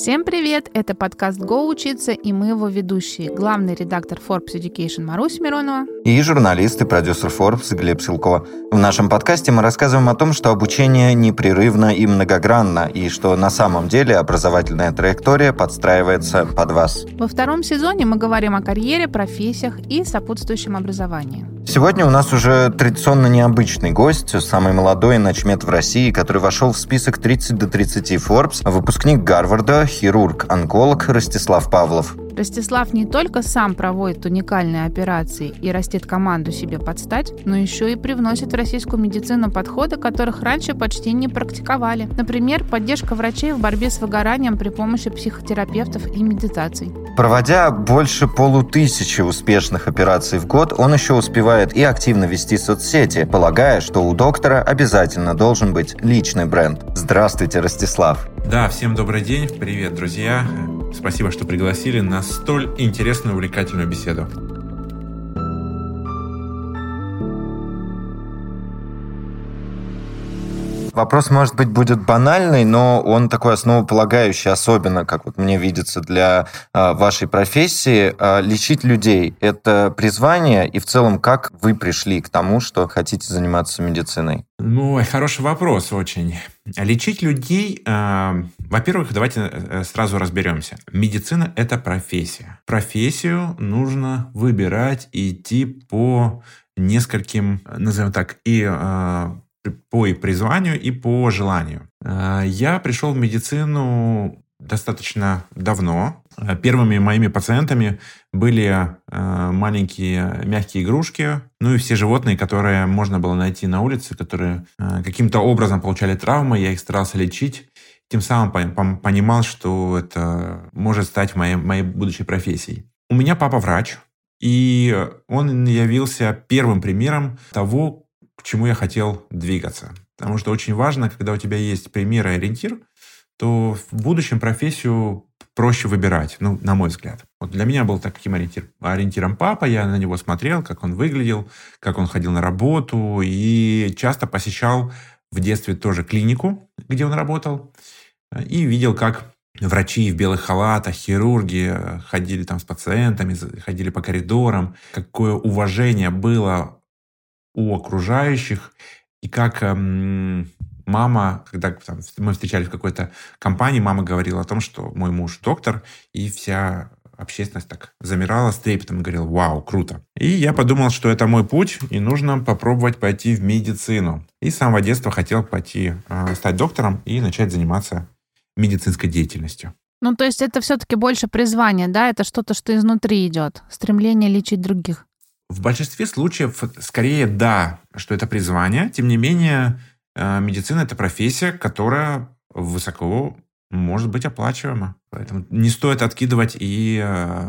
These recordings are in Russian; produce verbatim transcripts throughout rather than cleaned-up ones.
Всем привет! Это подкаст «Го учиться» и мы его ведущие. Главный редактор Forbes Education Маруся Миронова. И журналист и продюсер Forbes Глеб Силкова. В нашем подкасте мы рассказываем о том, что обучение непрерывно и многогранно, и что на самом деле образовательная траектория подстраивается под вас. Во втором сезоне мы говорим о карьере, профессиях и сопутствующем образовании. Сегодня у нас уже традиционно необычный гость, самый молодой начмед в России, который вошел в список тридцать до тридцати Forbes, выпускник Гарварда, хирург-онколог Ростислав Павлов. Ростислав не только сам проводит уникальные операции и растит команду себе под стать, но еще и привносит в российскую медицину подходы, которых раньше почти не практиковали. Например, поддержка врачей в борьбе с выгоранием при помощи психотерапевтов и медитаций. Проводя больше полутысячи успешных операций в год, он еще успевает и активно вести соцсети, полагая, что у доктора обязательно должен быть личный бренд. Здравствуйте, Ростислав. Да, всем добрый день, привет, друзья. Спасибо, что пригласили на столь интересную, увлекательную беседу. Вопрос, может быть, будет банальный, но он такой основополагающий, особенно, как вот мне видится, для э, вашей профессии. Э, лечить людей – это призвание, и в целом, как вы пришли к тому, что хотите заниматься медициной? Ну, хороший вопрос очень. Лечить людей, э, во-первых, давайте сразу разберемся. Медицина – это профессия. Профессию нужно выбирать и идти по нескольким, назовем так, и э, по и призванию, и по желанию. Я пришел в медицину достаточно давно. Первыми моими пациентами были маленькие мягкие игрушки, ну и все животные, которые можно было найти на улице, которые каким-то образом получали травмы, я их старался лечить. Тем самым понимал, что это может стать моей, моей будущей профессией. У меня папа врач, и он явился первым примером того, к чему я хотел двигаться. Потому что очень важно, когда у тебя есть пример и ориентир, то в будущем профессию проще выбирать, ну, на мой взгляд. Вот для меня был таким ориентир, ориентиром папа, я на него смотрел, как он выглядел, как он ходил на работу, и часто посещал в детстве тоже клинику, где он работал, и видел, как врачи в белых халатах, хирурги ходили там с пациентами, ходили по коридорам, какое уважение было у окружающих, и как эм, мама, когда там, мы встречались в какой-то компании, мама говорила о том, что мой муж доктор, и вся общественность так замирала с трепетом и говорила: «Вау, круто». И я подумал, что это мой путь, и нужно попробовать пойти в медицину. И с самого детства хотел пойти э, стать доктором и начать заниматься медицинской деятельностью. Ну, то есть это все-таки больше призвание, да? Это что-то, что изнутри идет, стремление лечить других. В большинстве случаев скорее да, что это призвание. Тем не менее, медицина – это профессия, которая высоко может быть оплачиваема. Поэтому не стоит откидывать и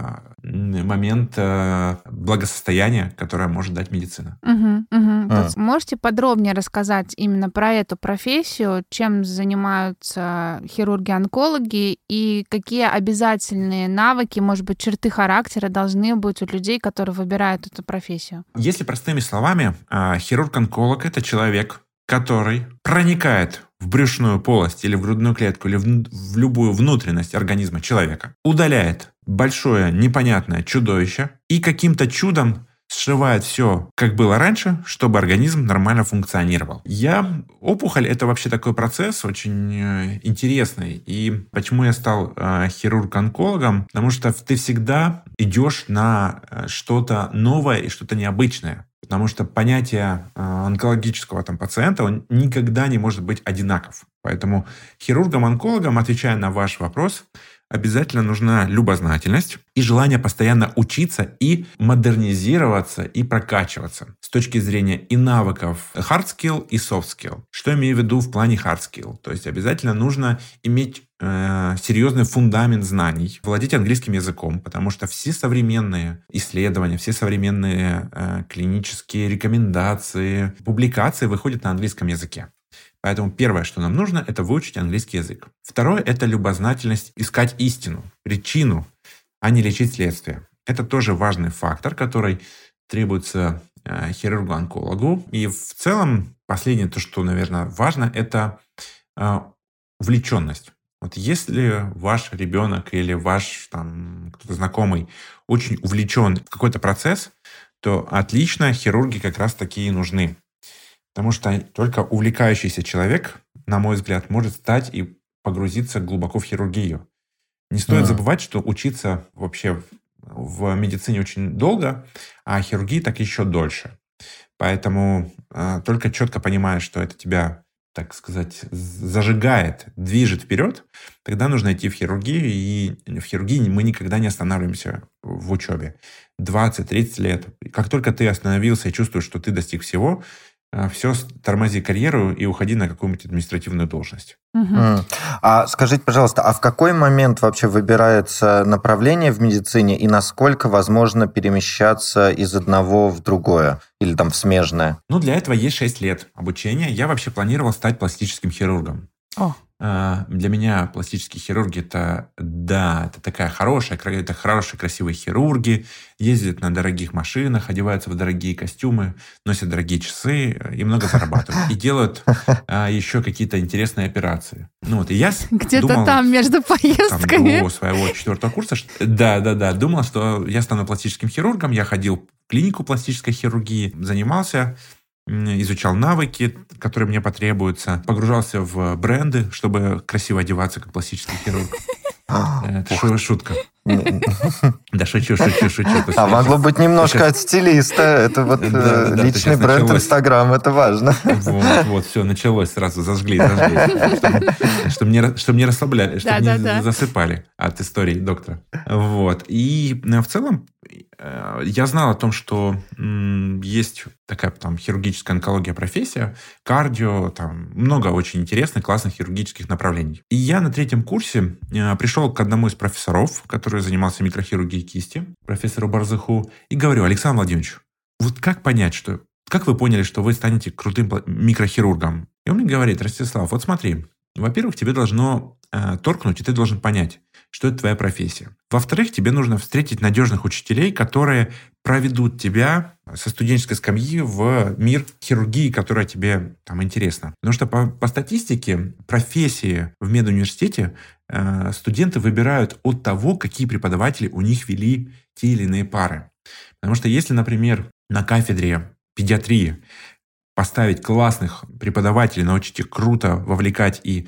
момент благосостояния, которое может дать медицина. Угу, угу. А. Можете подробнее рассказать именно про эту профессию, чем занимаются хирурги-онкологи и какие обязательные навыки, может быть, черты характера должны быть у людей, которые выбирают эту профессию? Если простыми словами, хирург-онколог – это человек, который проникает в брюшную полость или в грудную клетку или в, в любую внутренность организма человека, удаляет большое непонятное чудовище и каким-то чудом сшивает все, как было раньше, чтобы организм нормально функционировал. Я... Опухоль – это вообще такой процесс очень интересный. И почему я стал э, хирург-онкологом? Потому что ты всегда идешь на что-то новое и что-то необычное. Потому что понятие э, онкологического там, пациента, он никогда не может быть одинаков. Поэтому хирургам-онкологам, отвечая на ваш вопрос, обязательно нужна любознательность и желание постоянно учиться и модернизироваться и прокачиваться с точки зрения и навыков hard skill и soft skill. Что имею в виду в плане hard skill? То есть обязательно нужно иметь э, серьезный фундамент знаний, владеть английским языком, потому что все современные исследования, все современные э, клинические рекомендации, публикации выходят на английском языке. Поэтому первое, что нам нужно, это выучить английский язык. Второе – это любознательность, искать истину, причину, а не лечить следствие. Это тоже важный фактор, который требуется э, хирургу-онкологу. И в целом, последнее, то, что, наверное, важно, это э, увлеченность. Вот если ваш ребенок или ваш там кто-то знакомый очень увлечен в какой-то процесс, то отлично, хирурги как раз такие нужны. Потому что только увлекающийся человек, на мой взгляд, может стать и погрузиться глубоко в хирургию. Не стоит mm. забывать, что учиться вообще в медицине очень долго, а хирургии так еще дольше. Поэтому э, только четко понимая, что это тебя, так сказать, зажигает, движет вперед, тогда нужно идти в хирургию, и в хирургии мы никогда не останавливаемся в учебе. двадцать-тридцать лет. Как только ты остановился и чувствуешь, что ты достиг всего, все, тормози карьеру и уходи на какую-нибудь административную должность. Угу. Mm. А скажите, пожалуйста, а в какой момент вообще выбирается направление в медицине и насколько возможно перемещаться из одного в другое или там в смежное? Ну, для этого есть шесть лет обучения. Я вообще планировал стать пластическим хирургом. О. Для меня пластические хирурги это, да, это такая хорошая, это хорошие, красивые хирурги, ездят на дорогих машинах, одеваются в дорогие костюмы, носят дорогие часы и много зарабатывают. И делают а, еще какие-то интересные операции. Ну вот, и я где-то думал, там между поездками. Там, до своего четвертого курса, да, да, да, думал, что я стану пластическим хирургом, я ходил в клинику пластической хирургии, занимался, изучал навыки, которые мне потребуются, погружался в бренды, чтобы красиво одеваться, как пластический хирург. Это шутка. Да, шучу, шучу, шучу. А могло быть немножко от стилиста. Это вот личный бренд Инстаграм, это важно. Вот, вот, все, началось сразу, зажгли, зажгли. Чтобы не расслабляли, чтобы не засыпали от истории доктора. Вот. И в целом я знал о том, что есть такая там хирургическая онкология профессия, кардио, там много очень интересных, классных хирургических направлений. И я на третьем курсе пришел к одному из профессоров, который занимался микрохирургией кисти, профессору Барзыху, и говорю: Александр Владимирович, вот как понять, что, как вы поняли, что вы станете крутым микрохирургом? И он мне говорит: Ростислав, вот смотри, во-первых, тебе должно э, торкнуть, и ты должен понять, что это твоя профессия. Во-вторых, тебе нужно встретить надежных учителей, которые проведут тебя со студенческой скамьи в мир хирургии, которая тебе там интересна. Потому что по, по статистике профессии в медуниверситете э, студенты выбирают от того, какие преподаватели у них вели те или иные пары. Потому что если, например, на кафедре педиатрии поставить классных преподавателей, научить их круто вовлекать и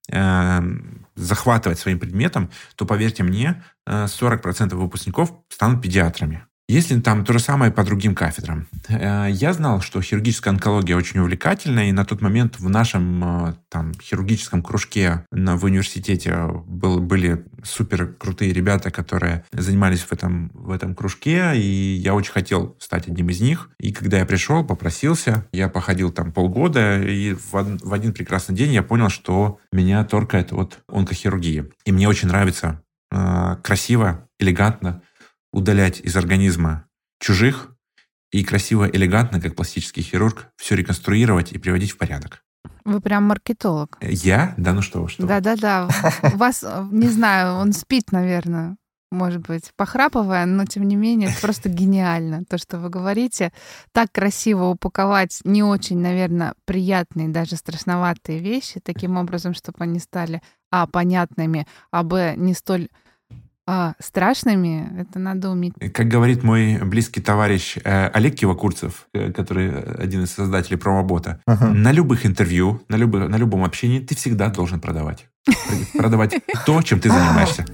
э, захватывать своим предметом, то, поверьте мне, сорок процентов выпускников станут педиатрами. Если там то же самое по другим кафедрам. Я знал, что хирургическая онкология очень увлекательна, и на тот момент в нашем там, хирургическом кружке в университете был, были супер крутые ребята, которые занимались в этом, в этом кружке, и я очень хотел стать одним из них. И когда я пришел, попросился, я походил там полгода, и в, в один прекрасный день я понял, что меня торкает от онкохирургии. И мне очень нравится э, красиво, элегантно удалять из организма чужих и красиво, элегантно, как пластический хирург, все реконструировать и приводить в порядок. Вы прям маркетолог. Я? Да ну что вы, что Да-да-да. У вас, не знаю, он спит, наверное, может быть, похрапывая, но тем не менее, это просто гениально. То, что вы говорите, так красиво упаковать не очень, наверное, приятные, даже страшноватые вещи, таким образом, чтобы они стали, а, понятными, а, б, не столь... А, страшными, это надо уметь. Как говорит мой близкий товарищ э, Олег Кивакурцев, э, который один из создателей промобота, uh-huh. на любых интервью, на, любых, на любом общении ты всегда должен продавать. Продавать то, чем ты занимаешься.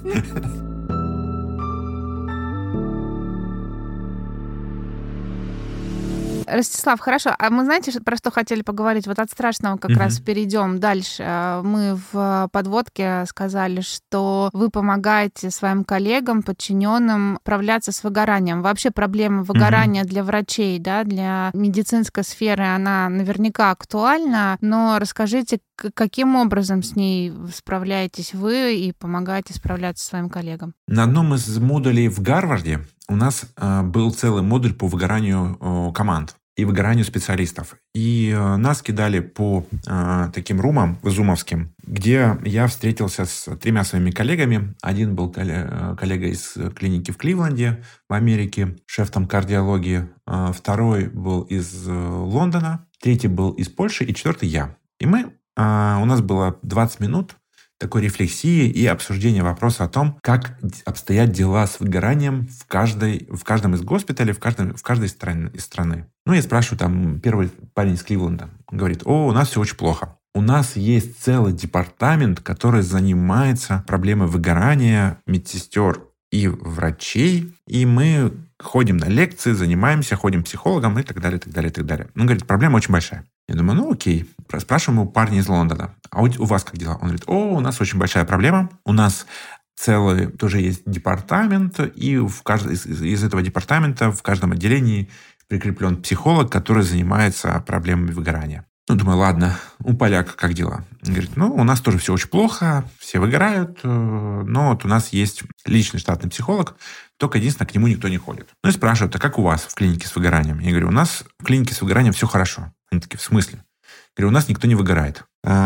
Ростислав, хорошо. А мы, знаете, про что хотели поговорить? Вот от страшного как mm-hmm. раз перейдем дальше. Мы в подводке сказали, что вы помогаете своим коллегам, подчиненным справляться с выгоранием. Вообще проблема выгорания mm-hmm. для врачей, да, для медицинской сферы, она наверняка актуальна, но расскажите, каким образом с ней справляетесь вы и помогаете справляться своим коллегам? На одном из модулей в Гарварде у нас э, был целый модуль по выгоранию э, команд и выгоранию специалистов. И э, нас кидали по э, таким румам зумовским, где я встретился с тремя своими коллегами. Один был коллега, коллега из клиники в Кливленде, в Америке, шеф там кардиологии. Э, второй был из э, Лондона, третий был из Польши, и четвертый я. И мы, э, у нас было двадцать минут такой рефлексии и обсуждения вопроса о том, как обстоят дела с выгоранием в, каждой, в каждом из госпиталей, в, каждом, в каждой стране, из страны. Ну, я спрашиваю, там, первый парень из Кливленда говорит: о, у нас все очень плохо. У нас есть целый департамент, который занимается проблемой выгорания медсестер и врачей, и мы ходим на лекции, занимаемся, ходим к психологам и так далее, так далее, так далее. Он говорит, проблема очень большая. Я думаю, ну окей. Спрашиваем у парня из Лондона, а у, у вас как дела? Он говорит, о, у нас очень большая проблема, у нас целый тоже есть департамент, и в каждом, из, из этого департамента в каждом отделении прикреплен психолог, который занимается проблемами выгорания. Ну, думаю, ладно, у поляка как дела? Он говорит, ну, у нас тоже все очень плохо, все выгорают, но вот у нас есть личный штатный психолог, только единственное, к нему никто не ходит. Ну, и спрашивают, а как у вас в клинике с выгоранием? Я говорю, у нас в клинике с выгоранием все хорошо. Они такие, в смысле? Я говорю, у нас никто не выгорает.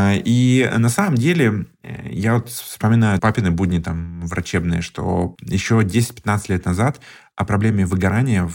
И на самом деле, я вот вспоминаю папины будни там врачебные, что еще десять-пятнадцать лет назад о проблеме выгорания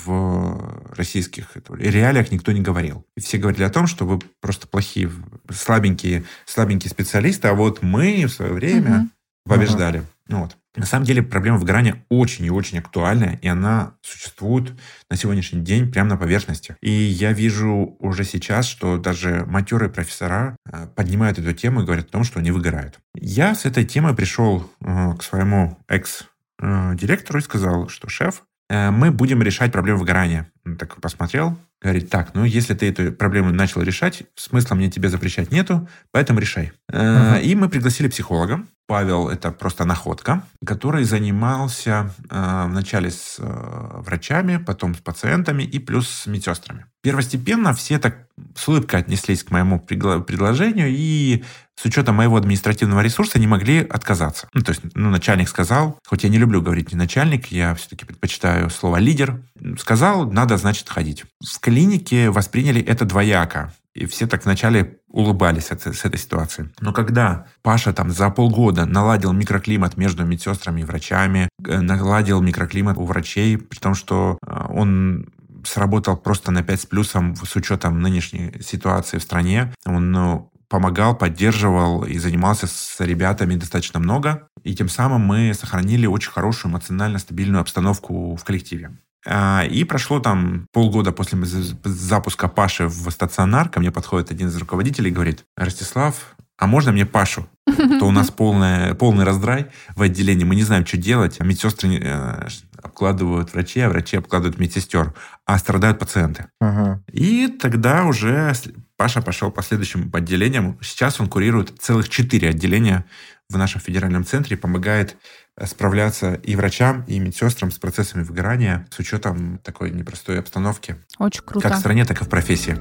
в российских реалиях никто не говорил. И все говорили о том, что вы просто плохие, слабенькие, слабенькие специалисты, а вот мы в свое время uh-huh. побеждали. Uh-huh. Ну, вот. На самом деле проблема выгорания очень и очень актуальная, и она существует на сегодняшний день прямо на поверхности. И я вижу уже сейчас, что даже матерые профессора поднимают эту тему и говорят о том, что они выгорают. Я с этой темой пришел к своему экс-директору и сказал, что шеф, мы будем решать проблему выгорания. Он так посмотрел, говорит, так, ну если ты эту проблему начал решать, смысла мне тебе запрещать нету, поэтому решай. Uh-huh. И мы пригласили психолога. Павел – это просто находка, который занимался э, вначале с э, врачами, потом с пациентами и плюс с медсестрами. Первостепенно все так с улыбкой отнеслись к моему пригла- предложению и с учетом моего административного ресурса не могли отказаться. Ну, то есть ну, начальник сказал, хоть я не люблю говорить не начальник, я все-таки предпочитаю слово лидер, сказал, надо, значит, ходить. В клинике восприняли это двояко. И все так вначале улыбались от, с этой ситуации. Но когда Паша там за полгода наладил микроклимат между медсестрами и врачами, наладил микроклимат у врачей, при том, что он сработал просто на пять с плюсом с учетом нынешней ситуации в стране, он ну, помогал, поддерживал и занимался с ребятами достаточно много. И тем самым мы сохранили очень хорошую эмоционально стабильную обстановку в коллективе. И прошло там полгода после запуска Паши в стационар, ко мне подходит один из руководителей и говорит, Ростислав, а можно мне Пашу? То у нас полный, полный раздрай в отделении, мы не знаем, что делать. Медсестры обкладывают врачей, а врачи обкладывают медсестер, а страдают пациенты. Uh-huh. И тогда уже Паша пошел по следующим отделениям. Сейчас он курирует целых четыре отделения в нашем федеральном центре, помогает справляться и врачам, и медсестрам с процессами выгорания с учетом такой непростой обстановки. Очень круто. Как в стране, так и в профессии.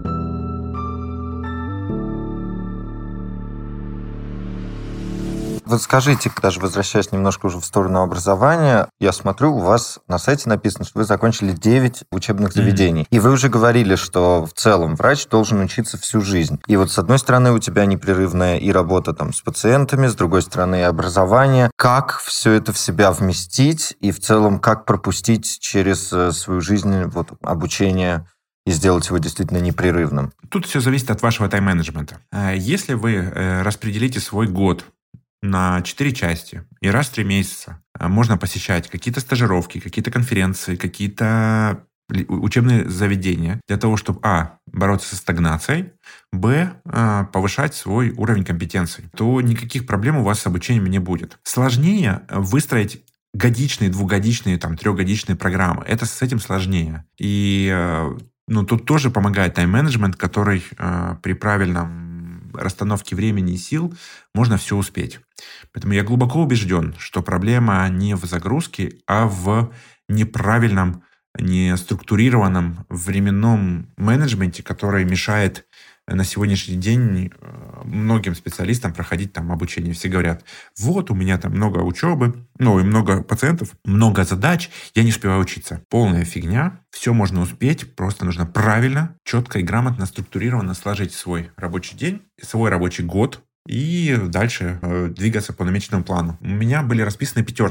Вот скажите, даже возвращаясь немножко уже в сторону образования, я смотрю, у вас на сайте написано, что вы закончили девять учебных заведений. Mm-hmm. И вы уже говорили, что в целом врач должен учиться всю жизнь. И вот с одной стороны у тебя непрерывная и работа там с пациентами, с другой стороны и образование. Как все это в себя вместить и в целом как пропустить через свою жизнь вот, обучение и сделать его действительно непрерывным? Тут все зависит от вашего тайм-менеджмента. Если вы распределите свой год на четыре части, и раз в три месяца можно посещать какие-то стажировки, какие-то конференции, какие-то учебные заведения для того, чтобы, а, бороться со стагнацией, б, повышать свой уровень компетенций, то никаких проблем у вас с обучением не будет. Сложнее выстроить годичные, двухгодичные, там, трехгодичные программы. Это с этим сложнее. И ну, тут тоже помогает тайм-менеджмент, который при правильном расстановки времени и сил можно все успеть. Поэтому я глубоко убежден, что проблема не в загрузке, а в неправильном, неструктурированном временном менеджменте, который мешает на сегодняшний день многим специалистам проходить там обучение. Все говорят, вот у меня там много учебы, ну и много пациентов, много задач, я не успеваю учиться. Полная фигня. Все можно успеть, просто нужно правильно, четко и грамотно, структурированно сложить свой рабочий день, свой рабочий год и дальше э, двигаться по намеченному плану. У меня были расписаны пятерки.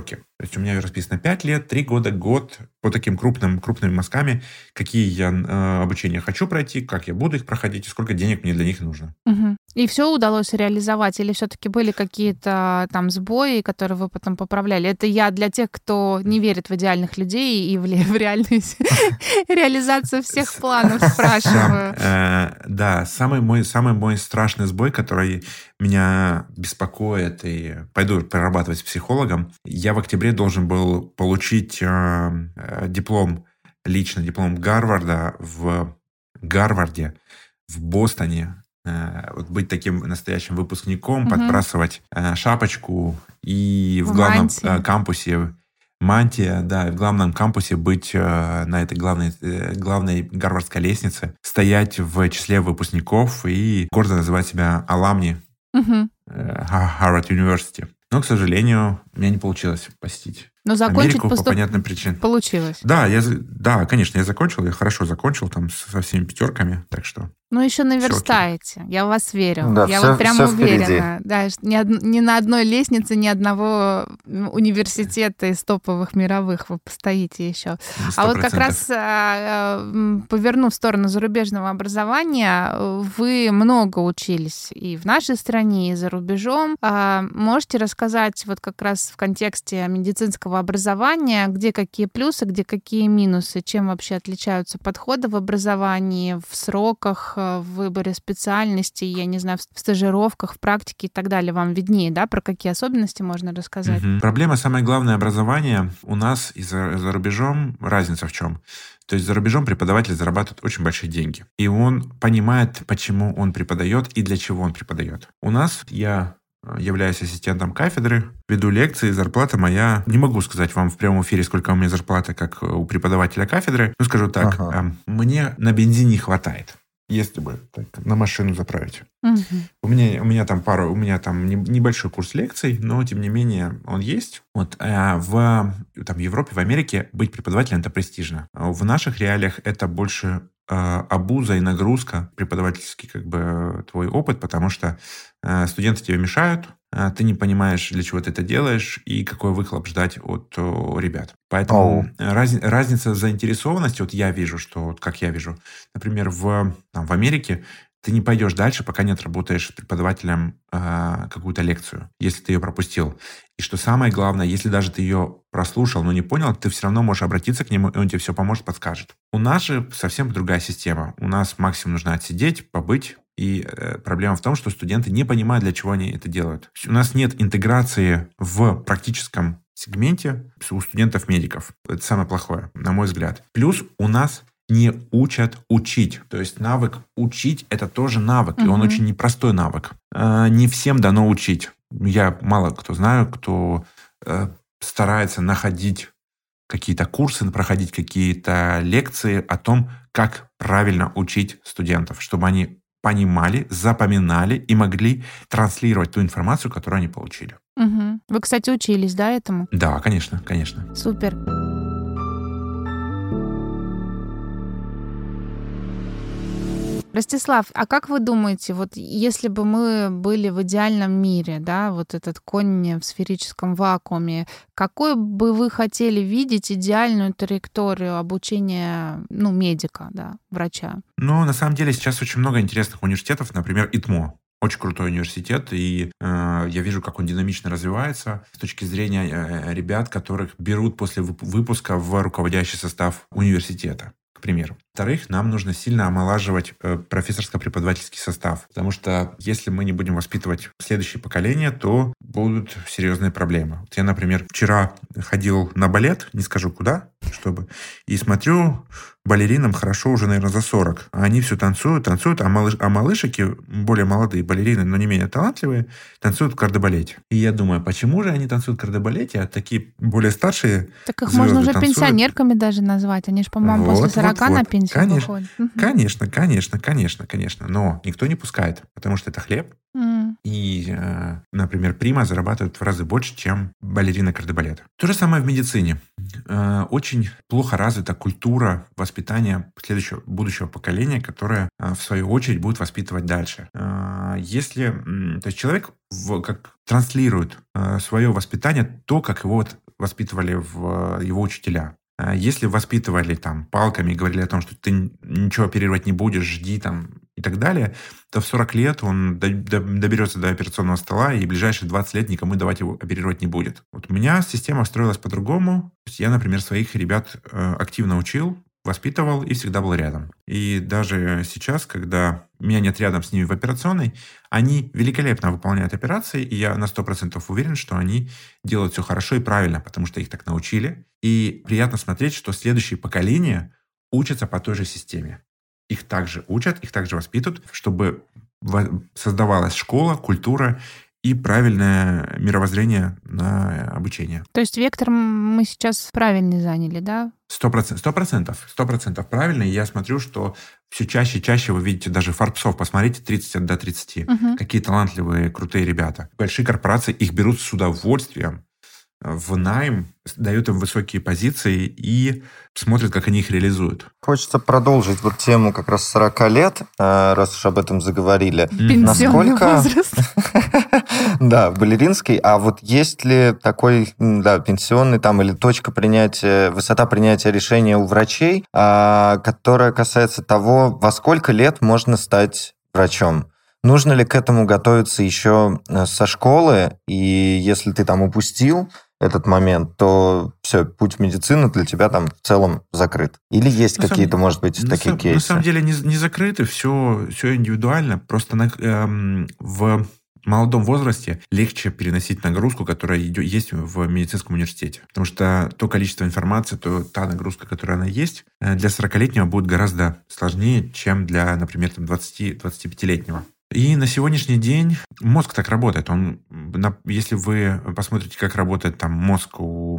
То есть у меня расписано пять лет, три года, год по таким крупным, крупными мазками, какие я э, обучения хочу пройти, как я буду их проходить и сколько денег мне для них нужно. Угу. И все удалось реализовать? Или все-таки были какие-то там сбои, которые вы потом поправляли? Это я для тех, кто не верит в идеальных людей и в реальную реализацию всех планов спрашиваю. Да, самый мой самый мой страшный сбой, который меня беспокоит, и пойду прорабатывать с психологом. Я в октябре должен был получить диплом, лично диплом Гарварда в Гарварде, в Бостоне. Вот быть таким настоящим выпускником, угу. подбрасывать шапочку и в, в главном мантии. кампусе мантия, да, в главном кампусе быть на этой главной, главной гарвардской лестнице, стоять в числе выпускников и гордо называть себя аламни угу. Harvard University. Но, к сожалению, у меня не получилось посетить Но закончить Америку поступ... по понятным причинам. Получилось. Да, я, да, конечно, я закончил, я хорошо закончил там со всеми пятерками, так что... Ну, еще наверстаете. Я в вас верю. Да, я все, вот прям все уверена. Да, ни, од... ни на одной лестнице, ни одного университета из топовых мировых вы постоите еще. сто процентов. А вот как раз повернув в сторону зарубежного образования, вы много учились и в нашей стране, и за рубежом. Можете рассказать вот как раз в контексте медицинского образования, где какие плюсы, где какие минусы, чем вообще отличаются подходы в образовании, в сроках, в выборе специальностей, я не знаю, в стажировках, в практике и так далее. Вам виднее, да, про какие особенности можно рассказать? Угу. Проблема, самое главное, образование у нас и за, за рубежом разница в чем? То есть за рубежом преподаватель зарабатывает очень большие деньги. И он понимает, почему он преподает и для чего он преподает. У нас я являюсь ассистентом кафедры, веду лекции, зарплата моя... Не могу сказать вам в прямом эфире, сколько у меня зарплата, как у преподавателя кафедры. Ну, скажу так, ага. мне на бензин не хватает. Если бы так, на машину заправить. Угу. У меня, у меня там пару, у меня там небольшой курс лекций, но тем не менее он есть. Вот, а в там, Европе, в Америке быть преподавателем это престижно. В наших реалиях это больше э, обуза и нагрузка, преподавательский как бы твой опыт, потому что э, студенты тебе мешают, э, ты не понимаешь, для чего ты это делаешь и какой выхлоп ждать от о, ребят. Поэтому oh. раз, разница в заинтересованности, вот я вижу, что, вот как я вижу, например, в, там, в Америке ты не пойдешь дальше, пока не отработаешь с преподавателем э, какую-то лекцию, если ты ее пропустил. И что самое главное, если даже ты ее прослушал, но не понял, ты все равно можешь обратиться к нему, и он тебе все поможет, подскажет. У нас же совсем другая система. У нас максимум нужно отсидеть, побыть. И э, проблема в том, что студенты не понимают, для чего они это делают. У нас нет интеграции в практическом сегменте у студентов-медиков. Это самое плохое, на мой взгляд. Плюс у нас не учат учить. То есть навык учить – это тоже навык, угу. и он очень непростой навык. Э, не всем дано учить. Я мало кто знаю, кто э, старается находить какие-то курсы, проходить какие-то лекции о том, как правильно учить студентов, чтобы они понимали, запоминали и могли транслировать ту информацию, которую они получили. Угу. Вы, кстати, учились, да, этому? Да, конечно, конечно. Супер. Ростислав, а как вы думаете, вот если бы мы были в идеальном мире, да, вот этот конь в сферическом вакууме, какой бы вы хотели видеть идеальную траекторию обучения, ну, медика, да, врача? Ну, на самом деле сейчас очень много интересных университетов, например, ИТМО. Очень крутой университет, и э, я вижу, как он динамично развивается с точки зрения э, ребят, которых берут после выпуска в руководящий состав университета, к примеру. Во-вторых, нам нужно сильно омолаживать э, профессорско-преподавательский состав, потому что если мы не будем воспитывать следующее поколение, то будут серьезные проблемы. Вот я, например, вчера ходил на балет, не скажу куда, чтобы, и смотрю, балеринам хорошо уже, наверное, за сорок. Они все танцуют, танцуют, а, малыш, а малышики, более молодые балерины, но не менее талантливые, танцуют в кардебалете. И я думаю, почему же они танцуют в кардебалете, а такие более старшие Так их можно уже танцуют? Пенсионерками даже назвать. Они же, по-моему, вот, после сорока вот, вот. на пенсию конечно, выходят. Конечно, конечно, конечно, конечно. Но никто не пускает, потому что это хлеб, Mm. И, например, прима зарабатывает в разы больше, чем балерина кардебалета. То же самое в медицине. Очень плохо развита культура воспитания следующего, будущего поколения, которое, в свою очередь, будет воспитывать дальше. Если, то есть человек как транслирует свое воспитание, то, как его воспитывали в его учителя. Если воспитывали там палками и говорили о том, что ты ничего оперировать не будешь, жди там и так далее, то в сорок лет он доберется до операционного стола и в ближайшие двадцать лет никому давать его оперировать не будет. Вот у меня система строилась по-другому. Я, например, своих ребят активно учил, воспитывал и всегда был рядом. И даже сейчас, когда меня нет рядом с ними в операционной, они великолепно выполняют операции, и я на сто процентов уверен, что они делают все хорошо и правильно, потому что их так научили. И приятно смотреть, что следующие поколения учатся по той же системе. Их также учат, их также воспитывают, чтобы создавалась школа, культура и правильное мировоззрение на обучение. То есть вектор мы сейчас правильный заняли, да? Сто процентов. Сто процентов. Сто процентов правильно. И я смотрю, что все чаще и чаще вы видите даже фарбсов. Посмотрите, тридцать до тридцати. Угу. Какие талантливые, крутые ребята. Большие корпорации их берут с удовольствием в найм, дают им высокие позиции и смотрят, как они их реализуют. Хочется продолжить вот тему как раз сорока лет, раз уж об этом заговорили. Пенсионный возраст. Да, балеринский. А вот есть ли такой, да, пенсионный там или точка принятия, высота принятия решения у врачей, которая касается того, во сколько лет можно стать врачом? Нужно ли к этому готовиться еще со школы? И если ты там упустил этот момент, то все, путь в медицину для тебя там в целом закрыт. Или есть на какие-то, самом, может быть, такие на, кейсы? На самом деле не, не закрыты, все, все индивидуально. Просто на, эм, в молодом возрасте легче переносить нагрузку, которая идет, есть в медицинском университете. Потому что то количество информации, то та нагрузка, которая она есть, для сорокалетнего будет гораздо сложнее, чем для, например, двадцати-двадцатипятилетнего. И на сегодняшний день мозг так работает. Он, если вы посмотрите, как работает там мозг у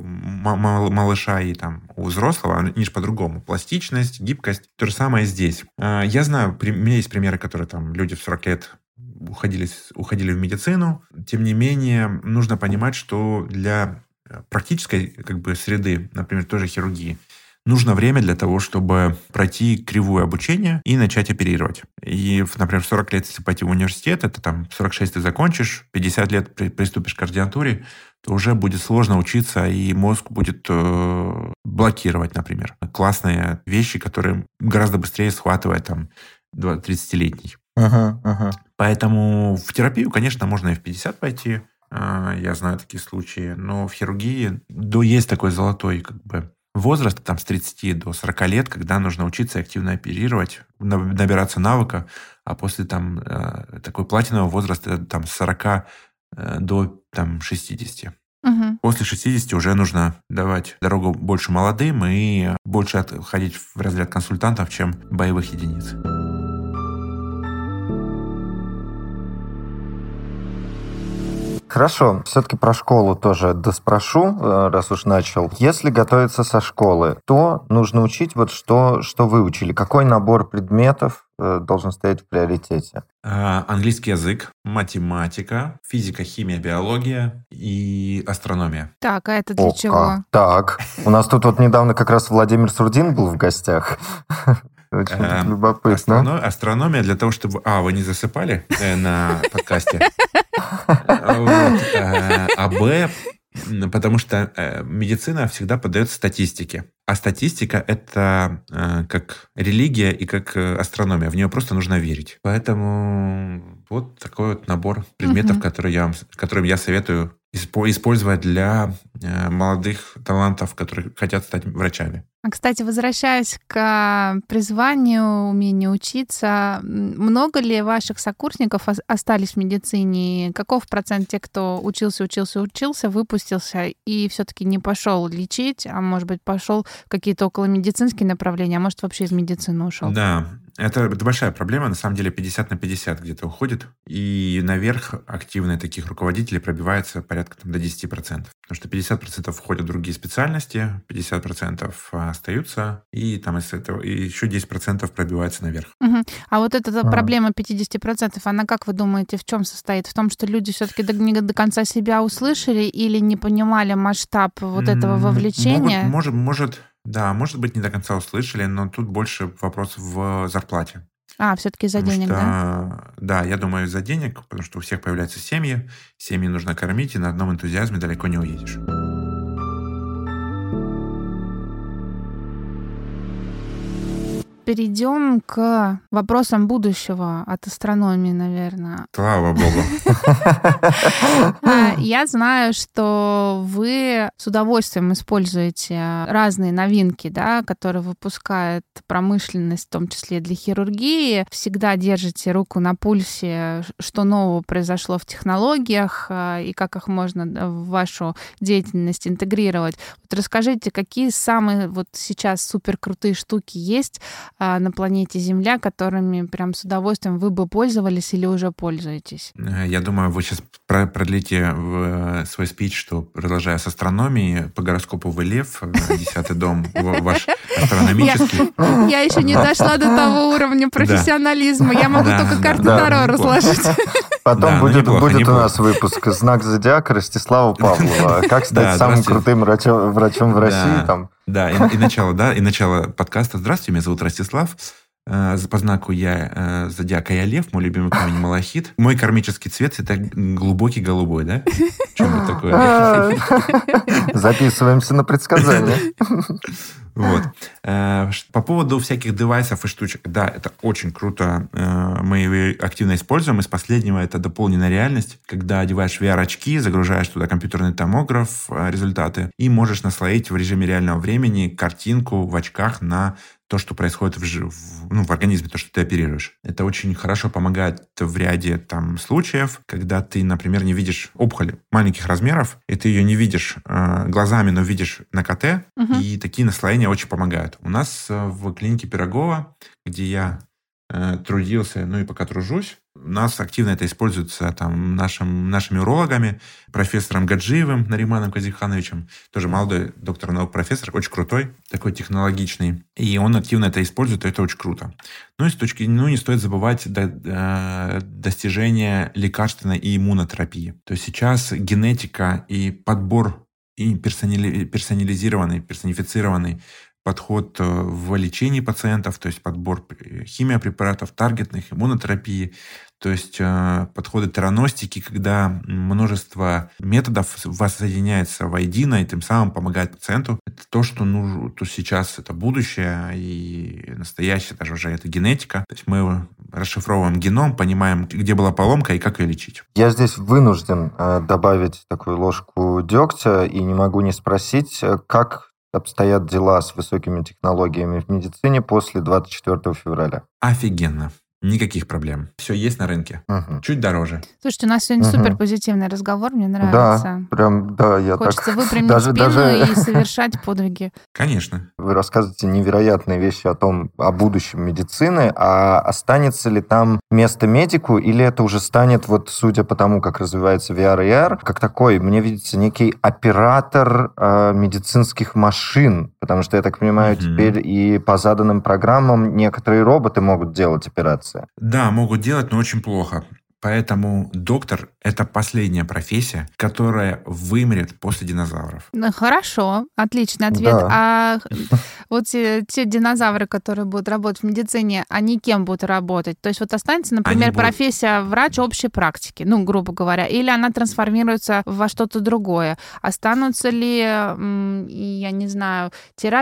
малыша и там у взрослого, они же по-другому. Пластичность, гибкость. То же самое здесь. Я знаю, у меня есть примеры, которые там люди в сорок лет уходили, уходили в медицину. Тем не менее, нужно понимать, что для практической как бы среды, например, той же хирургии, нужно время для того, чтобы пройти кривую обучения и начать оперировать. И, например, в сорок лет, если пойти в университет, это там сорок шесть ты закончишь, пятьдесят лет приступишь к ординатуре, то уже будет сложно учиться, и мозг будет э, блокировать, например, классные вещи, которые гораздо быстрее схватывает там тридцатилетний. Uh-huh, uh-huh. Поэтому в терапию, конечно, можно и в пятьдесят пойти. Я знаю такие случаи. Но в хирургии да, есть такой золотой как бы возраст там, с тридцати до сорока лет, когда нужно учиться активно оперировать, набираться навыка, а после там, такой платинового возраста там, с сорока до там, шестидесяти. Угу. После шестидесяти уже нужно давать дорогу больше молодым и больше отходить в разряд консультантов, чем боевых единиц. Хорошо, все-таки про школу тоже доспрошу, раз уж начал. Если готовиться со школы, то нужно учить вот что, что вы учили. Какой набор предметов должен стоять в приоритете? А, английский язык, математика, физика, химия, биология и астрономия. Так, а это для О, чего? Как? Так, у нас тут вот недавно как раз Владимир Сурдин был в гостях. Очень а, любопытно. Астрономия, астрономия для того, чтобы... А, вы не засыпали э, на подкасте? А Б, потому что медицина всегда поддается статистике. А статистика – это как религия и как астрономия. В нее просто нужно верить. Поэтому вот такой вот набор предметов, угу. который я, которым я советую использовать для молодых талантов, которые хотят стать врачами. А, кстати, возвращаясь к призванию, умению учиться, много ли ваших сокурсников остались в медицине? Каков процент тех, кто учился, учился, учился, выпустился и все-таки не пошел лечить, а может быть, пошел в какие-то околомедицинские направления, а может, вообще из медицины ушел? Да, Это, это большая проблема, на самом деле пятьдесят на пятьдесят где-то уходит, и наверх активные таких руководителей пробивается порядка там, до десять процентов. Потому что пятьдесят процентов входят в другие специальности, пятьдесят процентов остаются, и там из этого и еще десять процентов пробивается наверх. Угу. А вот эта а. проблема пятьдесят процентов, она, как вы думаете, в чем состоит? В том, что люди все-таки до, не до конца себя услышали или не понимали масштаб вот этого вовлечения? Могут, может, может, да, может быть, не до конца услышали, но тут больше вопрос в зарплате. А, все-таки из-за денег, что, да? Да, я думаю, из-за денег, потому что у всех появляются семьи, семьи нужно кормить, и на одном энтузиазме далеко не уедешь. Перейдем к вопросам будущего от астрономии, наверное. Слава богу. Я знаю, что вы с удовольствием используете разные новинки, да, которые выпускает промышленность, в том числе для хирургии. Всегда держите руку на пульсе, что нового произошло в технологиях и как их можно в вашу деятельность интегрировать. Вот расскажите, какие самые вот сейчас суперкрутые штуки есть на планете Земля, которыми прям с удовольствием вы бы пользовались или уже пользуетесь? Я думаю, вы сейчас продлите свой спич, что, продолжая с астрономией, по гороскопу вы лев, десятый дом ваш астрономический. Я, я еще не дошла до того уровня профессионализма. Я могу Да, только да, карты да, Таро разложить. Потом Да, ну, будет, неплохо, будет у неплохо. нас выпуск «Знак зодиака» Ростислава Павлова. Как стать Да, самым здравствуйте. крутым врачом, врачом в Да. России. Там. Да, и, и начало, да, и начало подкаста. Здравствуйте, меня зовут Ростислав. Э, По знаку я э, зодиака я лев, мой любимый камень малахит. Мой кармический цвет это глубокий голубой, да? Что это такое? Записываемся на предсказания. Вот. Э, ш- По поводу всяких девайсов и штучек. Да, это очень круто. Э, Мы его активно используем. Из последнего это дополненная реальность, когда одеваешь ви ар-очки, загружаешь туда компьютерный томограф, э, результаты, и можешь наслоить в режиме реального времени картинку в очках на то, что происходит в, жи- в- ну, в организме, то, что ты оперируешь. Это очень хорошо помогает в ряде там, случаев, когда ты, например, не видишь опухоли маленьких размеров, и ты ее не видишь э, глазами, но видишь на ка тэ, Мгм. и такие наслоения очень помогают. У нас э, в клинике Пирогова, где я э, трудился, ну и пока тружусь, у нас активно это используется там, нашим, нашими урологами, профессором Гаджиевым Нариманом Казихановичем, тоже молодой доктор наук профессор, очень крутой, такой технологичный. И он активно это использует, и это очень круто. Ну и с точки, ну не стоит забывать до, э, достижения лекарственной и иммунотерапии. То есть сейчас генетика и подбор и персонали- персонализированный, персонифицированный подход э, в лечении пациентов, то есть подбор э, химиопрепаратов, таргетных, иммунотерапии, то есть э, подходы тераностики, когда множество методов воссоединяется воедино и тем самым помогает пациенту. Это то, что нужно, то сейчас это будущее и настоящее даже уже это генетика. То есть мы расшифровываем геном, понимаем, где была поломка и как ее лечить. Я здесь вынужден э, добавить такую ложку дегтя и не могу не спросить, э, как обстоят дела с высокими технологиями в медицине после двадцать четвёртого февраля. Офигенно. Никаких проблем. Все есть на рынке. Угу. Чуть дороже. Слушайте, у нас сегодня Мгм. супер позитивный разговор, мне Да, нравится. прям, да, я Хочется так... выпрямить даже, спину даже и совершать подвиги. Конечно. вы рассказываете невероятные вещи о том, о будущем медицины, а останется ли там место медику, или это уже станет, вот судя по тому, как развивается ви ар и эй ар, как такой, мне видится некий оператор э, медицинских машин, потому что, я так понимаю, Мгм. теперь и по заданным программам некоторые роботы могут делать операции. Да, могут делать, но очень плохо. Поэтому доктор – это последняя профессия, которая вымрет после динозавров. Ну, хорошо, отличный ответ. Да. А вот те, те динозавры, которые будут работать в медицине, они кем будут работать? То есть вот останется, например, Они будут- профессия врач общей практики, ну, грубо говоря, или она трансформируется во что-то другое? Останутся ли, м, и, я не знаю,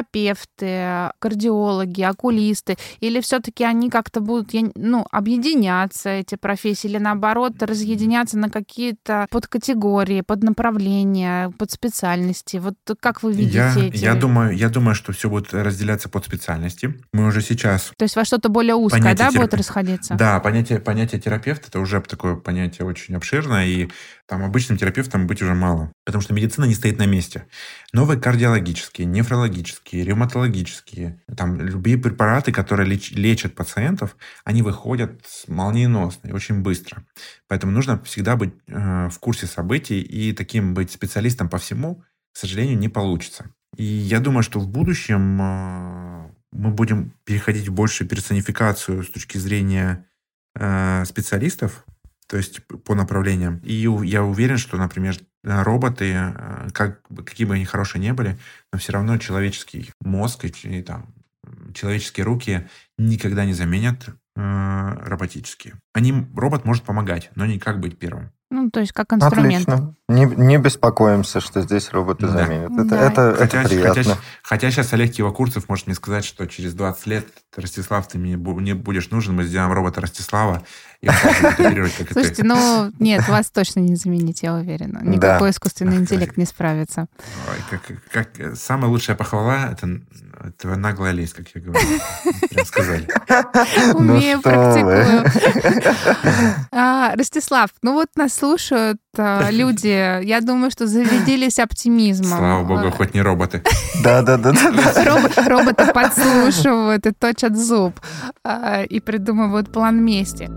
терапевты, кардиологи, окулисты, или все-таки они как-то будут, я не- ну, объединяться, эти профессии, или наоборот разъединяться на какие-то подкатегории, поднаправления, подспециальности? Вот как вы видите Я, эти... я, думаю, я думаю, что все будет разделяться под специальности. Мы уже сейчас... То есть во что-то более узкое, Понятие да, будет терапи- расходиться? Да, понятие, понятие терапевт – это уже такое понятие очень обширное, и там обычным терапевтом быть уже мало. потому что медицина не стоит на месте. Новые кардиологические, нефрологические, ревматологические, там любые препараты, которые леч, лечат пациентов, они выходят молниеносно и очень быстро. Поэтому нужно всегда быть э, в курсе событий, и таким быть специалистом по всему, к сожалению, не получится. И я думаю, что в будущем э, мы будем переходить в большую персонификацию с точки зрения э, специалистов, то есть по направлениям. И я уверен, что, например, роботы, как, какие бы они хорошие не были, но все равно человеческий мозг и, и там, человеческие руки никогда не заменят э, роботические. Они, робот может помогать, но не как быть первым. Ну, то есть как инструмент. Отлично. Не, не беспокоимся, что здесь роботы да. заменят. Это, да. это, хотя, это приятно. Хотя, хотя сейчас Олег Кивокурцев может мне сказать, что через двадцать лет, Ростислав, ты мне не будешь нужен, мы сделаем робота Ростислава, и он будет оперировать, как и ты. Слушайте, ну, нет, вас точно не заменить, я уверена. Никакой да. искусственный интеллект не справится. Ой, как, как, самая лучшая похвала — это, это наглая лезть, как я говорю. Прям сказали. Умею, практикую. Ростислав, ну вот нас слушают люди, я думаю, что зарядились оптимизмом. Слава богу, хоть не роботы. Да-да-да. Роботы подслушивают и точат зуб, и придумывают план мести.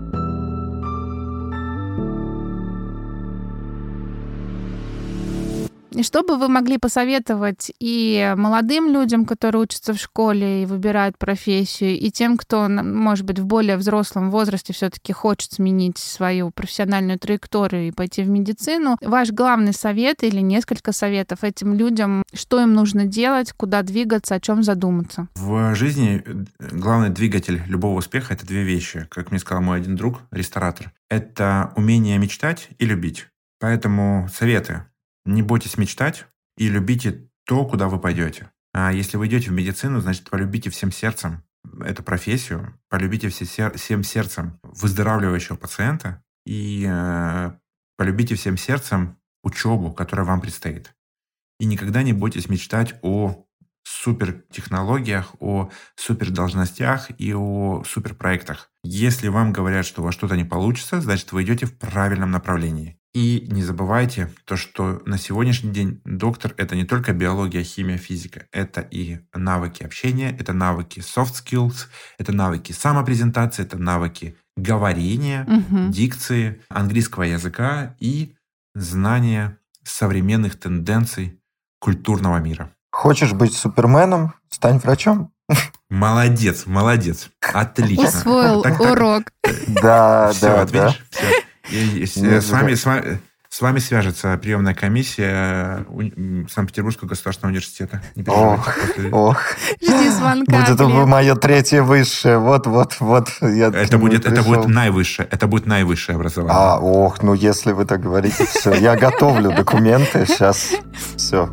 Что бы вы могли посоветовать и молодым людям, которые учатся в школе и выбирают профессию, и тем, кто, может быть, в более взрослом возрасте все-таки хочет сменить свою профессиональную траекторию и пойти в медицину? Ваш главный совет или несколько советов этим людям, что им нужно делать, куда двигаться, о чем задуматься? В жизни главный двигатель любого успеха — это две вещи. Как мне сказал мой один друг, ресторатор. Это умение мечтать и любить. Поэтому советы. Не бойтесь мечтать и любите то, куда вы пойдете. А если вы идете в медицину, значит, полюбите всем сердцем эту профессию, полюбите всем сердцем выздоравливающего пациента и э, полюбите всем сердцем учебу, которая вам предстоит. И никогда не бойтесь мечтать о супертехнологиях, о супердолжностях и о суперпроектах. Если вам говорят, что у вас что-то не получится, значит, вы идете в правильном направлении. И не забывайте то, что на сегодняшний день доктор — это не только биология, химия, физика. Это и навыки общения, это навыки soft skills, это навыки самопрезентации, это навыки говорения, угу. дикции, английского языка и знания современных тенденций культурного мира. Хочешь быть суперменом? Стань врачом. Молодец, молодец. Отлично. Усвоил так, урок. Так. Да, все, да, вот да. Видишь, все. И, и, с, вами, с, вами, с вами свяжется приемная комиссия Санкт-Петербургского государственного университета. Не ох, после... ох. Жди звонка. Будет это мое третье высшее. Вот, вот, вот. Я это, будет, это будет наивысшее. Это будет наивысшее образование. А, ох, ну если вы так говорите, все. Я готовлю документы. Сейчас все.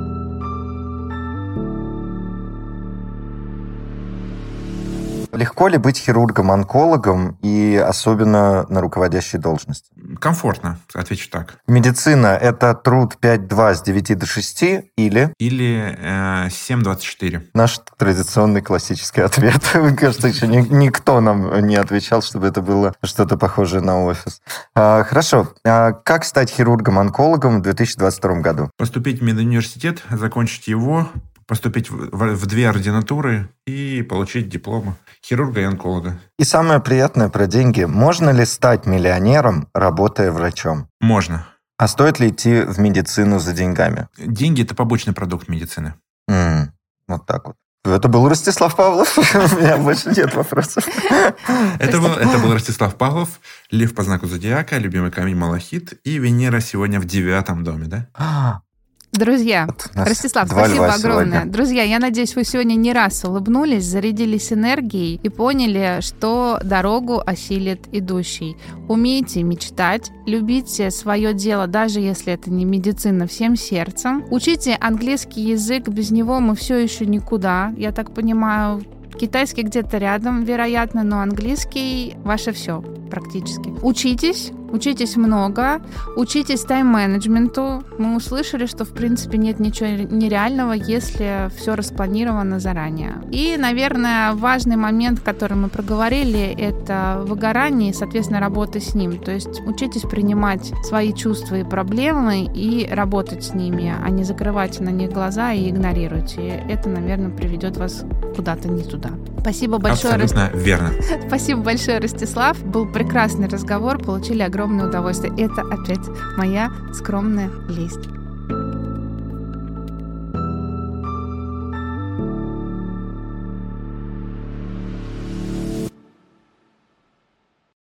Легко ли быть хирургом-онкологом и особенно на руководящей должности? Комфортно, отвечу так. Медицина – это труд пять два с девяти до шести или? Или э, семь двадцать четыре. Наш традиционный классический ответ. Мне кажется, еще ни, никто нам не отвечал, чтобы это было что-то похожее на офис. А, хорошо. А как стать хирургом-онкологом в две тысячи двадцать втором году? Поступить в медуниверситет, закончить его, поступить в, в, в две ординатуры и получить диплом хирурга и онколога. И самое приятное про деньги. Можно ли стать миллионером, работая врачом? Можно. А стоит ли идти в медицину за деньгами? Деньги – это побочный продукт медицины. Mm, вот так вот. Это был Ростислав Павлов. У меня больше нет вопросов. Это был, это был Ростислав Павлов, Лев по знаку зодиака, любимый камень малахит и Венера сегодня в девятом доме, да? Друзья, Ростислав, спасибо огромное. Сегодня. Друзья, я надеюсь, вы сегодня не раз улыбнулись, зарядились энергией и поняли, что дорогу осилит идущий. Умейте мечтать, любите свое дело, даже если это не медицина, всем сердцем. Учите английский язык, без него мы все еще никуда, я так понимаю. Китайский где-то рядом, вероятно, но английский – ваше все. практически. Учитесь, учитесь много, учитесь тайм-менеджменту. Мы услышали, что, в принципе, нет ничего нереального, если все распланировано заранее. И, наверное, важный момент, который мы проговорили, это выгорание и, соответственно, работа с ним. То есть учитесь принимать свои чувства и проблемы и работать с ними, а не закрывать на них глаза и игнорировать. И это, наверное, приведет вас куда-то не туда. Спасибо большое. Абсолютно Рос... верно. Спасибо большое, Ростислав. Был прекрасный разговор, получили огромное удовольствие. Это опять моя скромная лесть.